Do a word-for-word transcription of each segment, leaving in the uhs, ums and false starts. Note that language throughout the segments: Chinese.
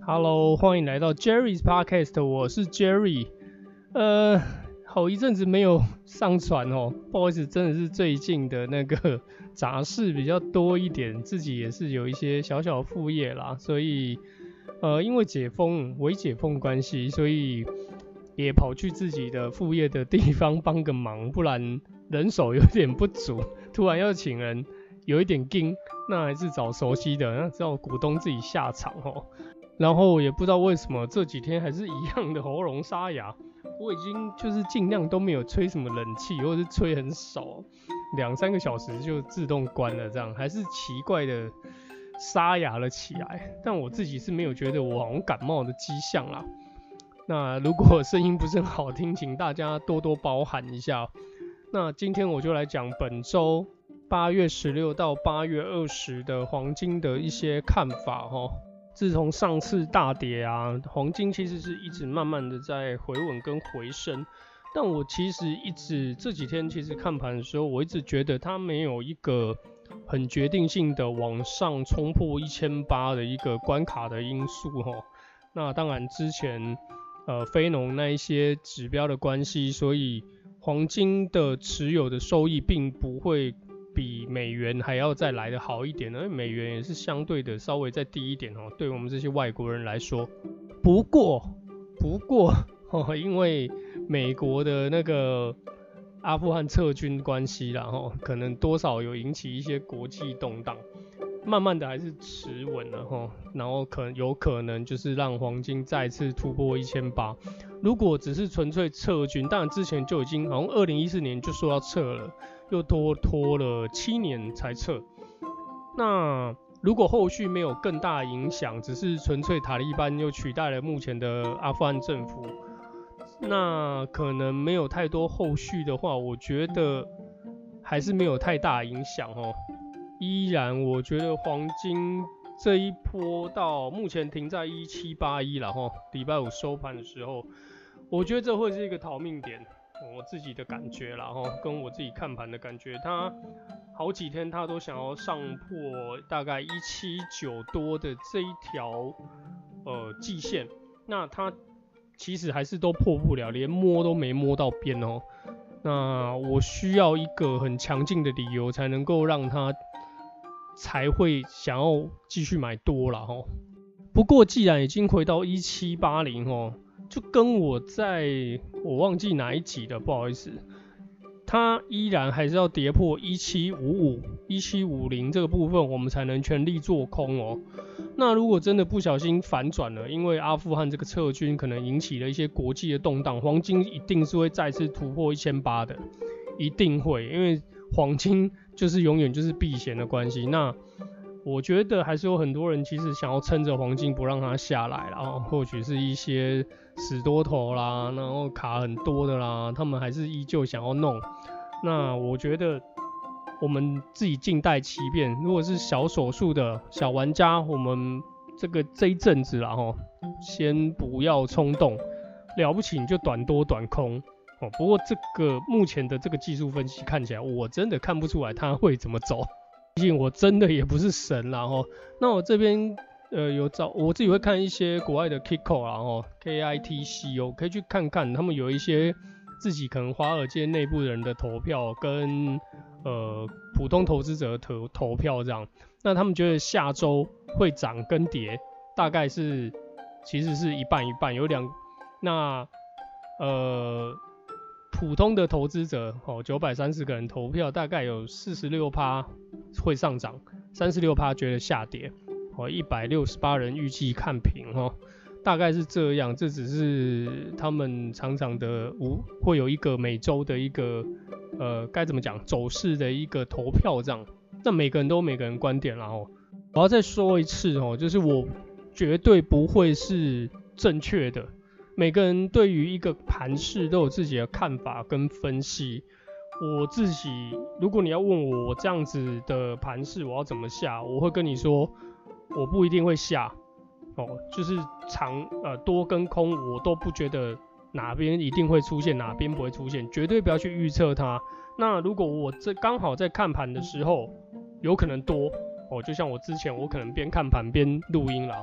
Hello， 欢迎来到 Jerry's Podcast， 我是 Jerry。呃，好一阵子没有上传哦，不好意思，真的是最近的那个杂事比较多一点，自己也是有一些小小副业啦，所以呃，因为解封、微解封关系，所以也跑去自己的副业的地方帮个忙，不然人手有点不足，突然要请人有一点紧，那还是找熟悉的，那只好股东自己下场哦。然后也不知道为什么这几天还是一样的喉咙沙哑，我已经就是尽量都没有吹什么冷气，或者是吹很少，两三个小时就自动关了，这样还是奇怪的沙哑了起来。但我自己是没有觉得我好像感冒的迹象啦。那如果声音不是很好听，请大家多多包涵一下。那今天我就来讲本周八月十六到八月二十的黄金的一些看法齁。自从上次大跌啊，黄金其实是一直慢慢的在回稳跟回升，但我其实一直这几天其实看盘的时候，我一直觉得它没有一个很决定性的往上冲破一千八的一个关卡的因素齁。那当然之前呃非农那一些指标的关系，所以黄金的持有的收益并不会比美元还要再来的好一点呢，因为美元也是相对的稍微再低一点哦，对我们这些外国人来说。不过，不过哦，因为美国的那个阿富汗撤军关系啦，哦，可能多少有引起一些国际动荡，慢慢的还是持稳了哈，然后可能有可能就是让黄金再次突破一千八。如果只是纯粹撤军，当然之前就已经好像二零一四年就说要撤了。又拖拖了七年才撤。那如果后续没有更大的影响，只是纯粹塔利班又取代了目前的阿富汗政府，那可能没有太多后续的话，我觉得还是没有太大影响哦。依然，我觉得黄金这一波到目前停在一七八一了哈，礼拜五收盘的时候，我觉得这会是一个逃命点。我自己的感觉啦，跟我自己看盘的感觉，它好几天它都想要上破大概一七九多的这一条呃季线，那它其实还是都破不了，连摸都没摸到边哦。那我需要一个很强劲的理由才能够让它才会想要继续买多啦齁。不过既然已经回到一七八零齁。就跟我在我忘记哪一集了，不好意思，它依然还是要跌破一七五五、一七五零这个部分，我们才能全力做空哦。那如果真的不小心反转了，因为阿富汗这个撤军可能引起了一些国际的动荡，黄金一定是会再次突破一千八的，一定会，因为黄金就是永远就是避险的关系。那我觉得还是有很多人其实想要撑着黄金不让它下来啦，然后或许是一些死多头啦，然后卡很多的啦，他们还是依旧想要弄。那我觉得我们自己静待其变。如果是小手术的小玩家，我们这个这一阵子啦齁，先不要冲动，了不起你就短多短空哦。不过这个目前的这个技术分析看起来，我真的看不出来它会怎么走。毕竟我真的也不是神啦齁。那我这边呃有找我自己会看一些国外的 Kitco 啦齁 ，K I T C 哦，可以去看看他们有一些自己可能华尔街内部人的投票跟呃普通投资者的投投票这样。那他们觉得下周会涨跟跌，大概是其实是一半一半，有两那呃。普通的投资者哦，九百三十个人投票，大概有 百分之四十六 会上涨， 百分之三十六 觉得下跌，哦，一百六十八人预计看平哦，大概是这样。这只是他们常常的无会有一个每周的一个呃该怎么讲走势的一个投票这样。那每个人都有每个人观点啦哦。我要再说一次哦，就是我绝对不会是正确的。每个人对于一个盘势都有自己的看法跟分析。我自己，如果你要问我，我这样子的盘势我要怎么下，我会跟你说，我不一定会下，哦，就是长呃多跟空，我都不觉得哪边一定会出现，哪边不会出现，绝对不要去预测它。那如果我这刚好在看盘的时候，有可能多，哦，就像我之前我可能边看盘边录音啦，哦，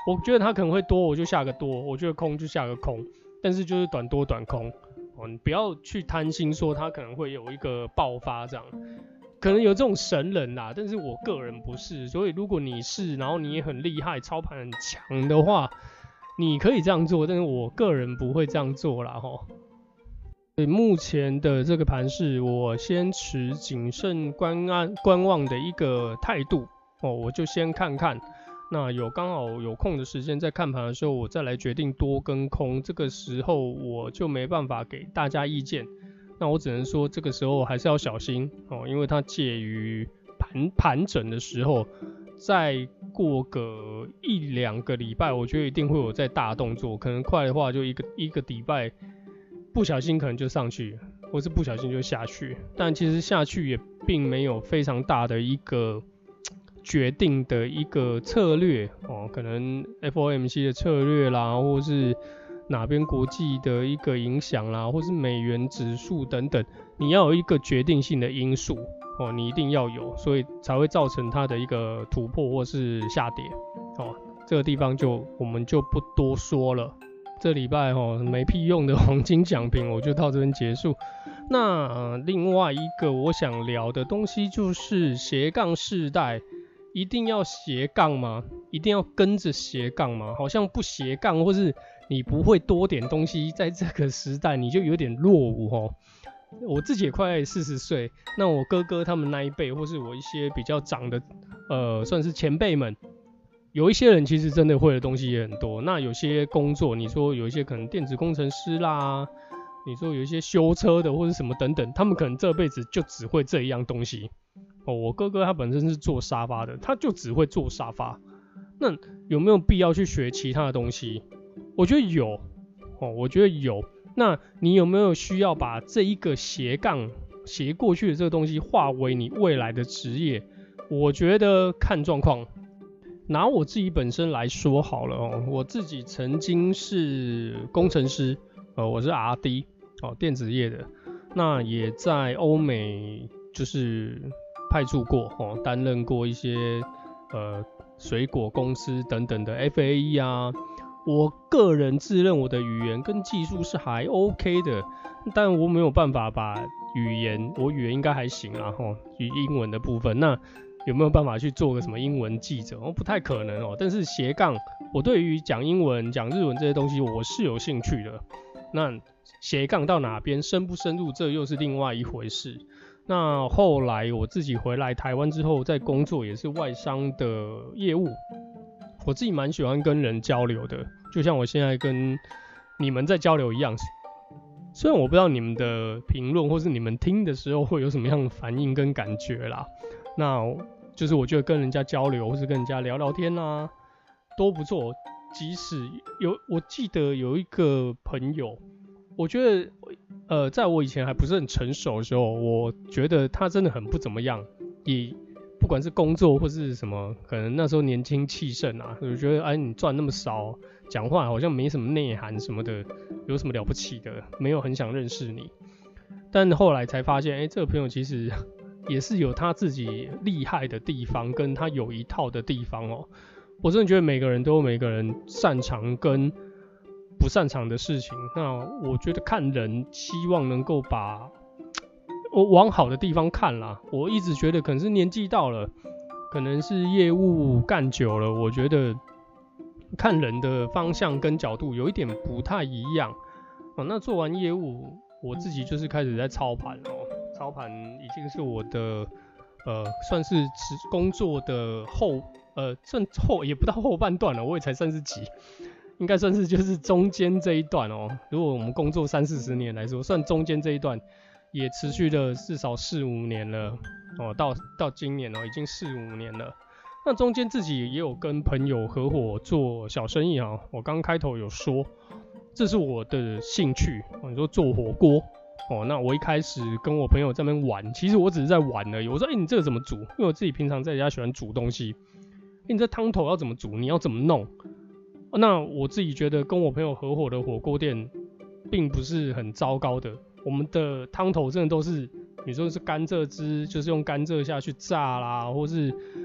我觉得它可能会多，我就下个多；我觉得空就下个空。但是就是短多短空，哦，你不要去贪心说它可能会有一个爆发这样。可能有这种神人啦，但是我个人不是，所以如果你是，然后你也很厉害，操盘很强的话，你可以这样做，但是我个人不会这样做啦齁。所以目前的这个盘势，我先持谨慎观安观望的一个态度哦，我就先看看。那有刚好有空的时间在看盘的时候，我再来决定多跟空。这个时候我就没办法给大家意见。那我只能说，这个时候还是要小心哦，因为它介于盘盘整的时候，再过个一两个礼拜，我觉得一定会有在大动作。可能快的话，就一个一个礼拜，不小心可能就上去，或是不小心就下去。但其实下去也并没有非常大的一个决定的一个策略哦，可能 F O M C 的策略啦，或是哪边国际的一个影响啦，或是美元指数等等，你要有一个决定性的因素哦，你一定要有，所以才会造成它的一个突破或是下跌哦。这个地方就我们就不多说了。这礼拜哦没屁用的黄金奖评我就到这边结束。那、呃、另外一个我想聊的东西就是斜杠世代。一定要斜杠吗？一定要跟着斜杠吗？好像不斜杠，或是你不会多点东西，在这个时代你就有点落伍哦。我自己也快四十岁，那我哥哥他们那一辈，或是我一些比较长的，呃，算是前辈们，有一些人其实真的会的东西也很多。那有些工作，你说有一些可能电子工程师啦，你说有一些修车的或是什么等等，他们可能这辈子就只会这一样东西。哦，我哥哥他本身是做沙发的，他就只会做沙发。那有没有必要去学其他的东西？我觉得有，哦，我觉得有。那你有没有需要把这一个斜杠斜过去的这个东西化为你未来的职业？我觉得看状况。拿我自己本身来说好了哦，我自己曾经是工程师，呃，我是 R D 哦，电子业的，那也在欧美就是派驻过哦，担任过一些呃水果公司等等的 F A E 啊。我个人自认我的语言跟技术是还 OK 的，但我没有办法把语言，我语言应该还行啦吼，语英文的部分，那有没有办法去做个什么英文记者？哦，不太可能哦。但是斜杠，我对于讲英文、讲日文这些东西，我是有兴趣的。那斜杠到哪边深不深入，这又是另外一回事。那后来我自己回来台湾之后，在工作也是外商的业务，我自己蛮喜欢跟人交流的，就像我现在跟你们在交流一样。虽然我不知道你们的评论或是你们听的时候会有什么样的反应跟感觉啦，那就是我觉得跟人家交流或是跟人家聊聊天啊，都不错。即使有，我记得有一个朋友，我觉得，呃，在我以前还不是很成熟的时候，我觉得他真的很不怎么样，也不管是工作或是什么，可能那时候年轻气盛啊，我觉得，哎，你赚那么少，讲话好像没什么内涵什么的，有什么了不起的，没有很想认识你。但后来才发现，哎，这个朋友其实也是有他自己厉害的地方，跟他有一套的地方哦。我真的觉得每个人都有每个人擅长跟不擅长的事情。那我觉得看人，希望能够把我往好的地方看啦。我一直觉得可能是年纪到了，可能是业务干久了，我觉得看人的方向跟角度有一点不太一样。哦，那做完业务，我自己就是开始在操盘哦，操盘已经是我的呃算是工作的后。呃，算后也不到后半段了，我也才三十几，应该算是就是中间这一段哦。如果我们工作三四十年来说，算中间这一段也持续了至少四五年了哦，到到今年哦，已经四五年了。那中间自己也有跟朋友合伙做小生意啊，我刚开头有说，这是我的兴趣。你说做火锅哦，那我一开始跟我朋友在那边玩，其实我只是在玩而已。我说，哎、欸，你这个怎么煮？因为我自己平常在家喜欢煮东西。你这汤头要怎么煮？你要怎么弄？那我自己觉得跟我朋友合伙的火锅店并不是很糟糕的。我们的汤头真的都是，你说是甘蔗汁，就是用甘蔗下去炸啦，或是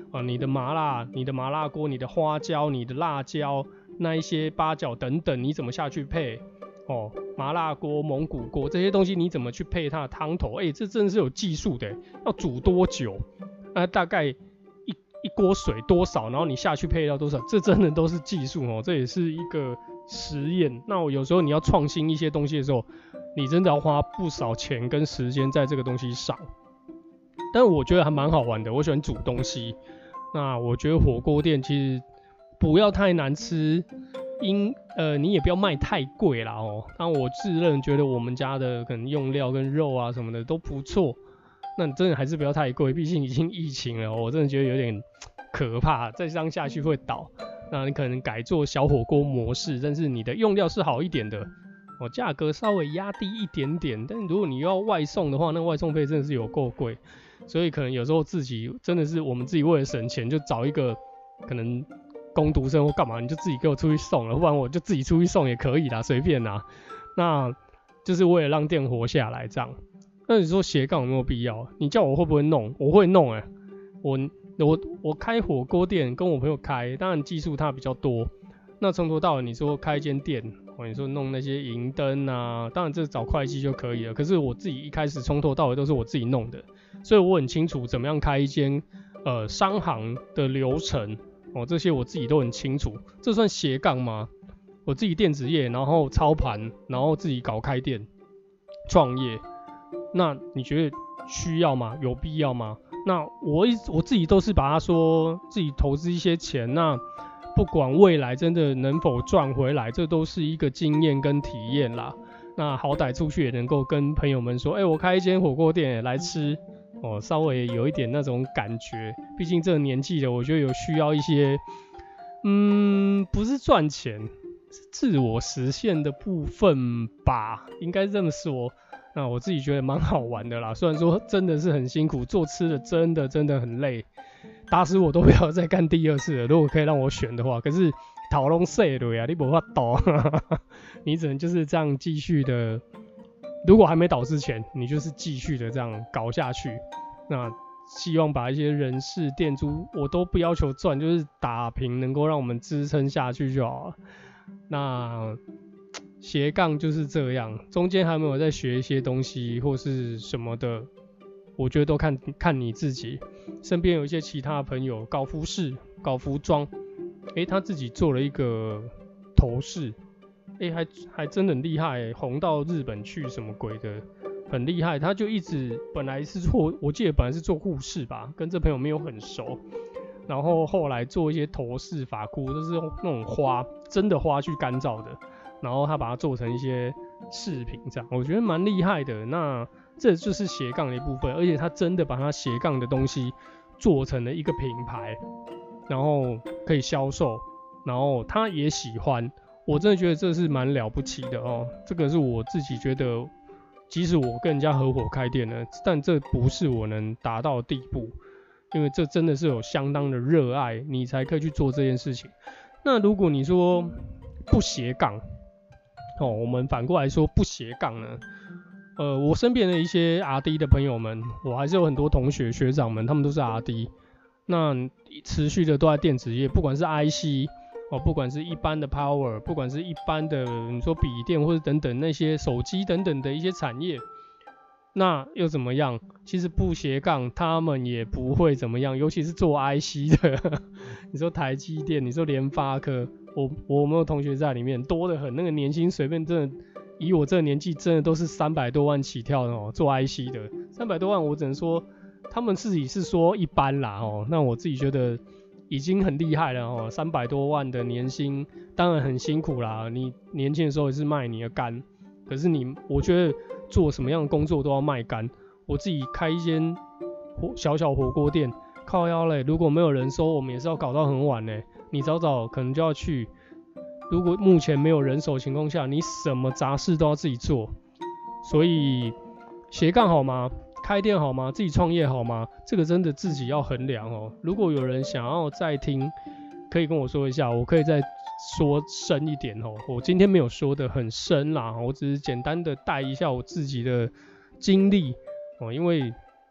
啊，你的麻辣、你的麻辣锅、你的花椒、你的辣椒，那一些八角等等，你怎么下去配？哦，麻辣锅、蒙古锅这些东西你怎么去配它的汤头？哎、欸，这真的是有技术的，要煮多久？那、啊、大概一一锅水多少，然后你下去配到多少？这真的都是技术哦，这也是一个实验。那我有时候你要创新一些东西的时候，你真的要花不少钱跟时间在这个东西上。但我觉得还蛮好玩的，我喜欢煮东西。那我觉得火锅店其实不要太难吃，因呃你也不要卖太贵啦哦。但我自认觉得我们家的可能用料跟肉啊什么的都不错。那你真的还是不要太贵，毕竟已经疫情了，我真的觉得有点可怕，再这样下去会倒。那你可能改做小火锅模式，但是你的用料是好一点的，哦，价格稍微压低一点点。但如果你要外送的话，那外送费真的是有够贵，所以可能有时候自己真的是我们自己为了省钱，就找一个可能工读生或干嘛，你就自己给我出去送了，不然我就自己出去送也可以啦，随便啦。那就是为了让店活下来这样。那你说斜杠有没有必要？你叫我会不会弄？我会弄哎、欸，我我我开火锅店，跟我朋友开，当然技术他比较多。那从头到尾，你说开一间店，哦，你说弄那些银灯啊，当然这找会计就可以了。可是我自己一开始从头到尾都是我自己弄的，所以我很清楚怎么样开一间呃商行的流程哦，这些我自己都很清楚。这算斜杠吗？我自己电子业，然后操盘，然后自己搞开店创业。那你觉得需要吗？有必要吗？那我一我自己都是把它说自己投资一些钱，那不管未来真的能否赚回来，这都是一个经验跟体验啦。那好歹出去也能够跟朋友们说，哎、欸，我开一间火锅店来吃，哦，稍微有一点那种感觉。毕竟这个年纪的，我觉得有需要一些，嗯，不是赚钱，是自我实现的部分吧，应该这么说。那我自己觉得蛮好玩的啦，虽然说真的是很辛苦，做吃的真的真的很累，打死我都不要再干第二次了。如果可以让我选的话，可是头都洗了呀，你没办法你只能就是这样继续的。如果还没倒之前，你就是继续的这样搞下去。那希望把一些人事、店租，我都不要求赚，就是打平能够让我们支撑下去就好了。那斜杠就是这样，中间还有没有在学一些东西或是什么的，我觉得都看看你自己。身边有一些其他的朋友搞服饰、搞服装，诶，他自己做了一个头饰，诶，还还真的很厉害，红到日本去什么鬼的，很厉害。他就一直本来是做，我记得本来是做护士吧，跟这朋友没有很熟，然后后来做一些头饰、发箍，都是用那种花，真的花去干燥的。然后他把它做成一些饰品，这样我觉得蛮厉害的。那这就是斜杠的一部分，而且他真的把他斜杠的东西做成了一个品牌，然后可以销售，然后他也喜欢。我真的觉得这是蛮了不起的哦。这个是我自己觉得，即使我跟人家合伙开店了，但这不是我能达到的地步，因为这真的是有相当的热爱，你才可以去做这件事情。那如果你说不斜杠，哦，我们反过来说不斜杠呢？呃，我身边的一些 R D 的朋友们，我还是有很多同学学长们，他们都是 R D， 那持续的都在电子业，不管是 I C 哦，不管是一般的 Power， 不管是一般的你说笔电或者等等那些手机等等的一些产业，那又怎么样？其实不斜杠，他们也不会怎么样，尤其是做 I C 的，你说台积电，你说联发科。我我没有同学在里面，多得很，那个年薪随便真的，以我这个年纪真的都是三百多万起跳的哦，做 I C 的三百多万，我只能说他们自己是说一般啦哦，那我自己觉得已经很厉害了哦，三百多万的年薪，当然很辛苦啦，你年轻的时候也是卖你的肝，可是你我觉得做什么样的工作都要卖肝，我自己开一间小小火锅店，靠腰嘞，如果没有人收，我们也是要搞到很晚嘞。你早早可能就要去，如果目前没有人手情况下，你什么杂事都要自己做，所以斜杠好吗？开店好吗？自己创业好吗？这个真的自己要衡量哦。如果有人想要再听，可以跟我说一下，我可以再说深一点哦。我今天没有说的很深啦，我只是简单的带一下我自己的经历哦，因为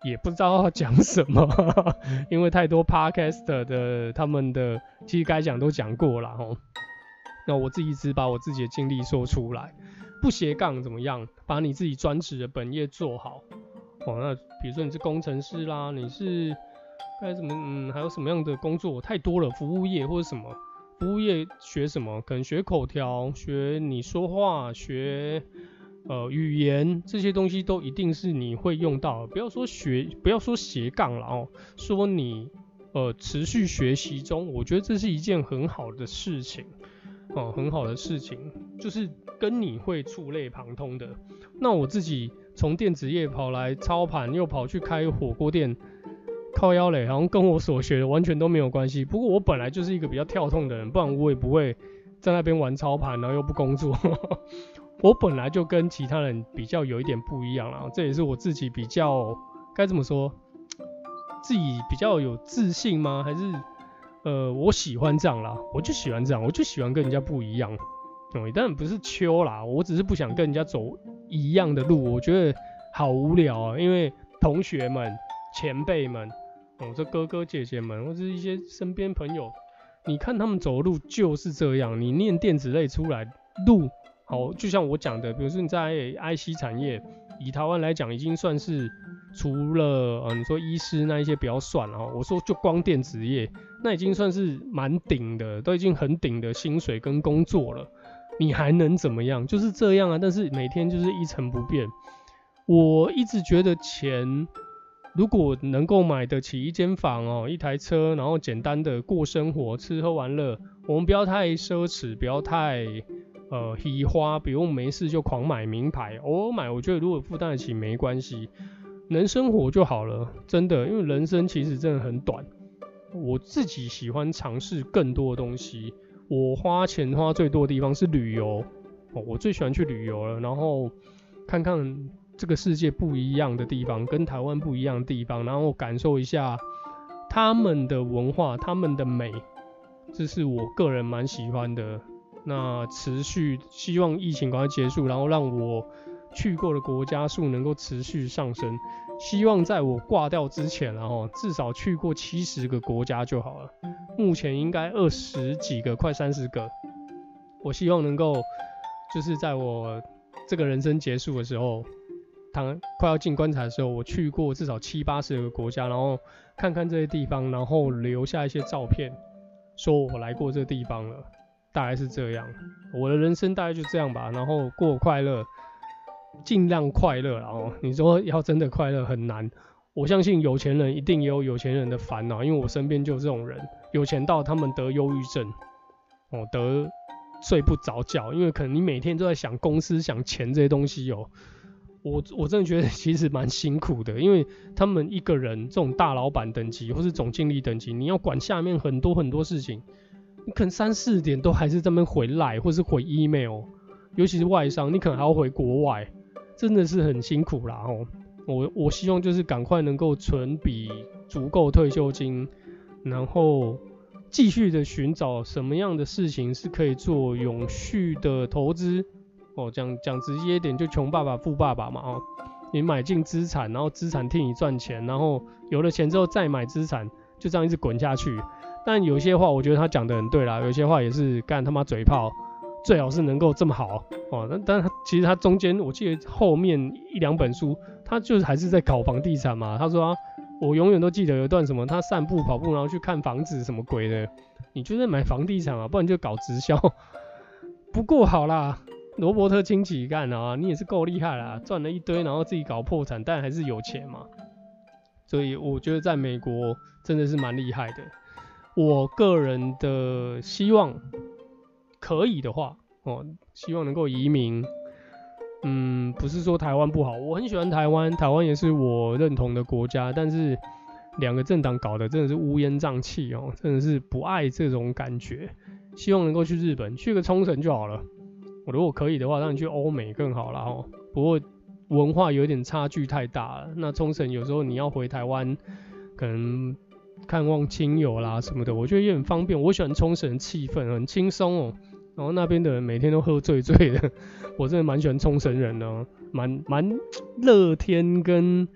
也不知道要讲什么，因为太多 podcast 的他们的其实该讲都讲过了齁。那我自己只把我自己的经历说出来，不斜杠怎么样？把你自己专职的本业做好。哦，那比如说你是工程师啦，你是该怎么嗯，还有什么样的工作？太多了，服务业或者什么。服务业学什么？可能学口条，学你说话，学呃语言，这些东西都一定是你会用到的。不要说学，不要说斜杠了哦，说你呃持续学习中，我觉得这是一件很好的事情哦，很好的事情，就是跟你会触类旁通的。那我自己从电子业跑来操盘，又跑去开火锅店。靠腰嘞，好像跟我所学的完全都没有关系。不过我本来就是一个比较跳痛的人，不然我也不会在那边玩操盘，然后又不工作。我本来就跟其他人比较有一点不一样啦，这也是我自己比较该怎么说，自己比较有自信吗？还是呃我喜欢这样啦，我就喜欢这样，我就喜欢跟人家不一样。嗯，当然不是秋啦，我只是不想跟人家走一样的路，我觉得好无聊啊，因为同学们、前辈们。哦，这哥哥姐姐们，或者是一些身边朋友，你看他们走的路就是这样。你念电子类出来，路好，就像我讲的，比如说你在 I C 产业，以台湾来讲，已经算是除了呃你说医师那一些不要算了，我说就光电子业，那已经算是蛮顶的，都已经很顶的薪水跟工作了。你还能怎么样？就是这样啊，但是每天就是一成不变。我一直觉得钱。如果能够买得起一间房哦，一台车，然后简单的过生活，吃喝玩乐，我们不要太奢侈，不要太呃稀花，不用没事就狂买名牌，偶尔买，我觉得如果负担得起没关系，能生活就好了，真的，因为人生其实真的很短，我自己喜欢尝试更多的东西，我花钱花最多的地方是旅游，哦，我最喜欢去旅游了，然后看看。这个世界不一样的地方，跟台湾不一样的地方，然后感受一下他们的文化、他们的美，这是我个人蛮喜欢的。那持续希望疫情赶快结束，然后让我去过的国家数能够持续上升。希望在我挂掉之前，然后至少去过七十个国家就好了。目前应该二十几个，快三十个。我希望能够就是在我这个人生结束的时候。快要进棺材的时候，我去过至少七八十个国家，然后看看这些地方，然后留下一些照片，说我来过这个地方了，大概是这样。我的人生大概就这样吧，然后过快乐，尽量快乐。然后你说要真的快乐很难，我相信有钱人一定也有有钱人的烦恼，因为我身边就有这种人，有钱到他们得忧郁症，哦，得睡不着觉，因为可能你每天都在想公司、想钱这些东西哦。我我真的觉得其实蛮辛苦的，因为他们一个人这种大老板等级或是总经理等级，你要管下面很多很多事情，你可能三四点都还是在那边回 LINE 或是回 email， 尤其是外商，你可能还要回国外，真的是很辛苦啦哦。我我希望就是赶快能够存笔足够退休金，然后继续的寻找什么样的事情是可以做永续的投资。哦，讲讲直接一点，就穷爸爸富爸爸嘛哦，你买进资产，然后资产替你赚钱，然后有了钱之后再买资产，就这样一直滚下去。但有些话我觉得他讲得很对啦，有些话也是干他妈嘴炮，最好是能够这么好哦。但但他其实他中间，我记得后面一两本书，他就是还是在搞房地产嘛。他说啊，我永远都记得有一段什么，他散步跑步然后去看房子什么鬼的，你就在买房地产嘛，不然就搞直销。不过好啦。罗伯特清崎干啊，你也是够厉害啦，赚了一堆，然后自己搞破产，但还是有钱嘛。所以我觉得在美国真的是蛮厉害的。我个人的希望可以的话，哦，希望能够移民。嗯，不是说台湾不好，我很喜欢台湾，台湾也是我认同的国家，但是两个政党搞得真的是乌烟瘴气哦，真的是不爱这种感觉。希望能够去日本，去个冲绳就好了。我如果可以的话，当然去欧美更好啦哦。不过文化有点差距太大了。那冲绳有时候你要回台湾，可能看望亲友啦什么的，我觉得也很方便。我喜欢冲绳气氛很轻松哦，然后那边的人每天都喝醉醉的，我真的蛮喜欢冲绳人的，蛮蛮乐天跟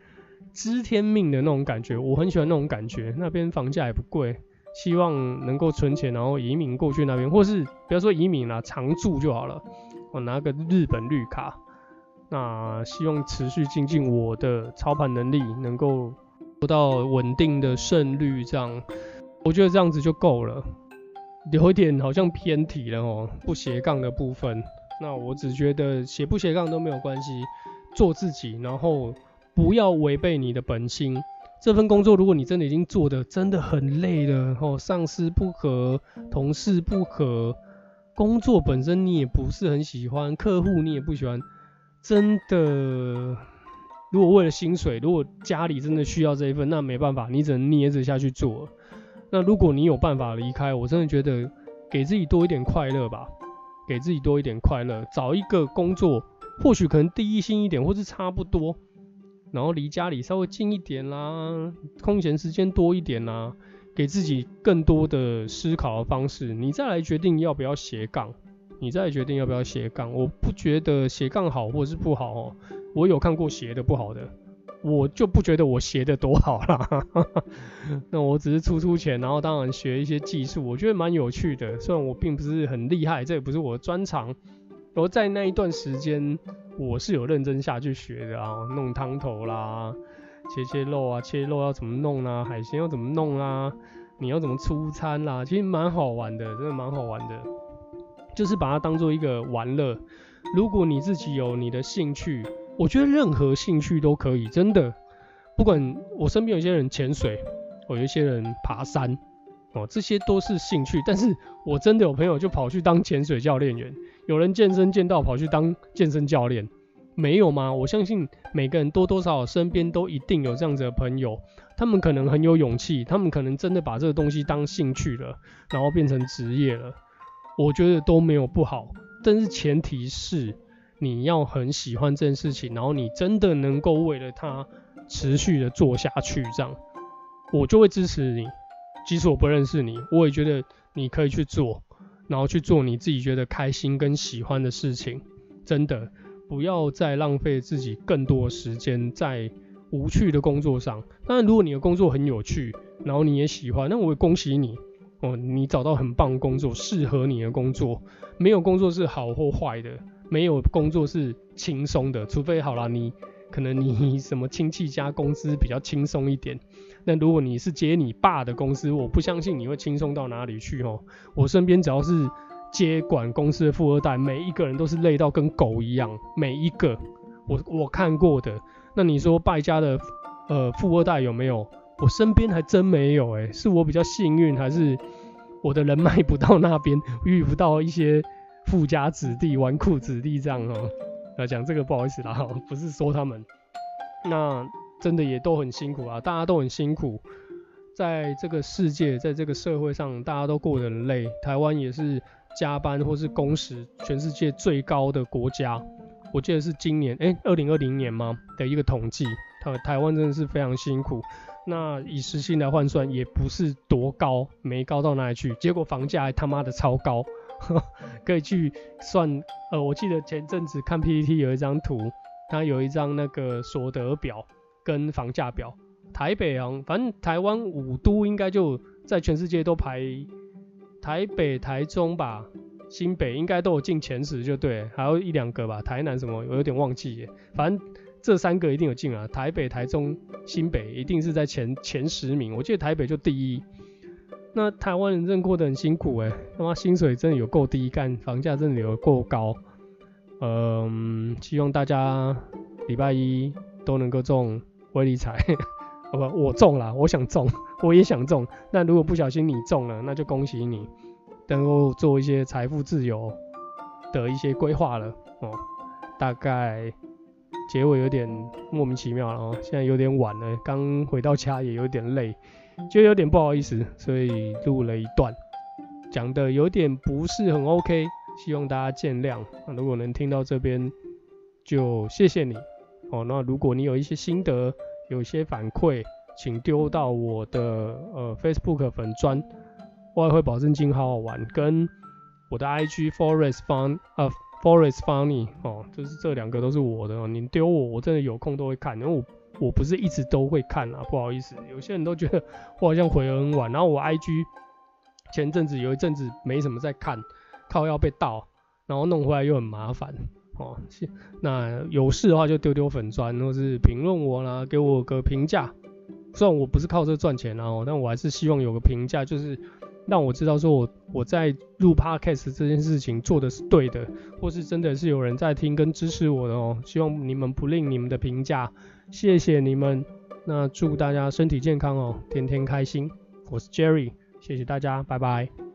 知天命的那种感觉，我很喜欢那种感觉。那边房价也不贵，希望能够存钱，然后移民过去那边，或是不要说移民啦，常住就好了。我拿个日本绿卡，那希望持续精进我的操盘能力，能够做到稳定的胜率，这样我觉得这样子就够了。有一点好像偏题了哦，不斜杠的部分。那我只觉得斜不斜杠都没有关系，做自己，然后不要违背你的本心。这份工作如果你真的已经做得真的很累了，哦，上司不合，同事不合，工作本身你也不是很喜欢，客户你也不喜欢，真的，如果为了薪水，如果家里真的需要这一份，那没办法，你只能捏着下去做。那如果你有办法离开，我真的觉得给自己多一点快乐吧，给自己多一点快乐，找一个工作，或许可能第一薪一点，或是差不多，然后离家里稍微近一点啦，空闲时间多一点啦，给自己更多的思考的方式，你再来决定要不要斜杠，你再来决定要不要斜杠。我不觉得斜杠好或是不好哦，我有看过斜的不好的。我就不觉得我斜的多好啦，那我只是出出钱，然后当然学一些技术，我觉得蛮有趣的。虽然我并不是很厉害，这也不是我的专长。然后在那一段时间，我是有认真下去学的啊，弄汤头啦，切切肉啊，切肉要怎么弄啦，海鲜要怎么弄啦，你要怎么出餐啦，其实蛮好玩的，真的蛮好玩的。就是把它当做一个玩乐。如果你自己有你的兴趣，我觉得任何兴趣都可以，真的。不管我身边有些人潜水，有一些人爬山，哦，这些都是兴趣。但是我真的有朋友就跑去当潜水教练员，有人健身健到跑去当健身教练，没有吗？我相信每个人多多少少身边都一定有这样子的朋友，他们可能很有勇气，他们可能真的把这个东西当兴趣了，然后变成职业了。我觉得都没有不好，但是前提是你要很喜欢这件事情，然后你真的能够为了它持续的做下去，这样我就会支持你。即使我不认识你，我也觉得你可以去做，然后去做你自己觉得开心跟喜欢的事情。真的不要再浪费自己更多的时间在无趣的工作上。当然如果你的工作很有趣，然后你也喜欢，那我也恭喜你哦，你找到很棒的工作，适合你的工作。没有工作是好或坏的，没有工作是轻松的，除非好啦，你可能你什么亲戚家公司比较轻松一点。那如果你是接你爸的公司，我不相信你会轻松到哪里去哦。我身边只要是接管公司的富二代，每一个人都是累到跟狗一样，每一个我我看过的。那你说败家的呃富二代有没有？我身边还真没有哎、欸，是我比较幸运，还是我的人脉不到那边，遇不到一些富家子弟、纨绔子弟这样哦。那讲这个不好意思啦，不是说他们，那真的也都很辛苦啊，大家都很辛苦，在这个世界，在这个社会上，大家都过得很累。台湾也是加班或是工时全世界最高的国家，我记得是今年哎二零二零年吗的一个统计，台台湾真的是非常辛苦。那以时薪来换算也不是多高，没高到哪里去，结果房价还他妈的超高，可以去算。呃，我记得前阵子看 P P T 有一张图，它有一张那个所得表跟房价表，台北好像，反正台湾五都应该就在全世界都排，台北、台中吧，新北应该都有进前十就对了，还有一两个吧，台南什么我有点忘记耶，反正这三个一定有进啊，台北、台中、新北一定是在前前十名，我记得台北就第一。那台湾人真的过得很辛苦哎、欸，他妈薪水真的有够低，干房价真的有够高。嗯，希望大家礼拜一都能够中威力彩，不，我中啦，我想中，我也想中。那如果不小心你中了，那就恭喜你，能够做一些财富自由的一些规划了哦。大概结尾有点莫名其妙了哦，现在有点晚了，刚回到家也有点累。就有点不好意思，所以录了一段，讲的有点不是很 OK， 希望大家见谅。那如果能听到这边，就谢谢你哦。那如果你有一些心得，有一些反馈，请丢到我的呃 Facebook 粉专，我也会保证金好好玩，跟我的 I G Forest Fun 呃 Forest Funny 哦，就是这两个都是我的哦。你丢我，我真的有空都会看，因为我我不是一直都会看啊，不好意思，有些人都觉得我好像回很晚，然后我 I G 前阵子有一阵子没什么在看，靠要被盗，然后弄回来又很麻烦哦。那有事的话就丢丢粉专，或是评论我啦，给我个评价。虽然我不是靠这赚钱啊、哦，但我还是希望有个评价，就是让我知道说我我在录 podcast 这件事情做的是对的，或是真的是有人在听跟支持我的哦。希望你们不吝你们的评价，谢谢你们。那祝大家身体健康哦，天天开心。我是 Jerry， 谢谢大家，拜拜。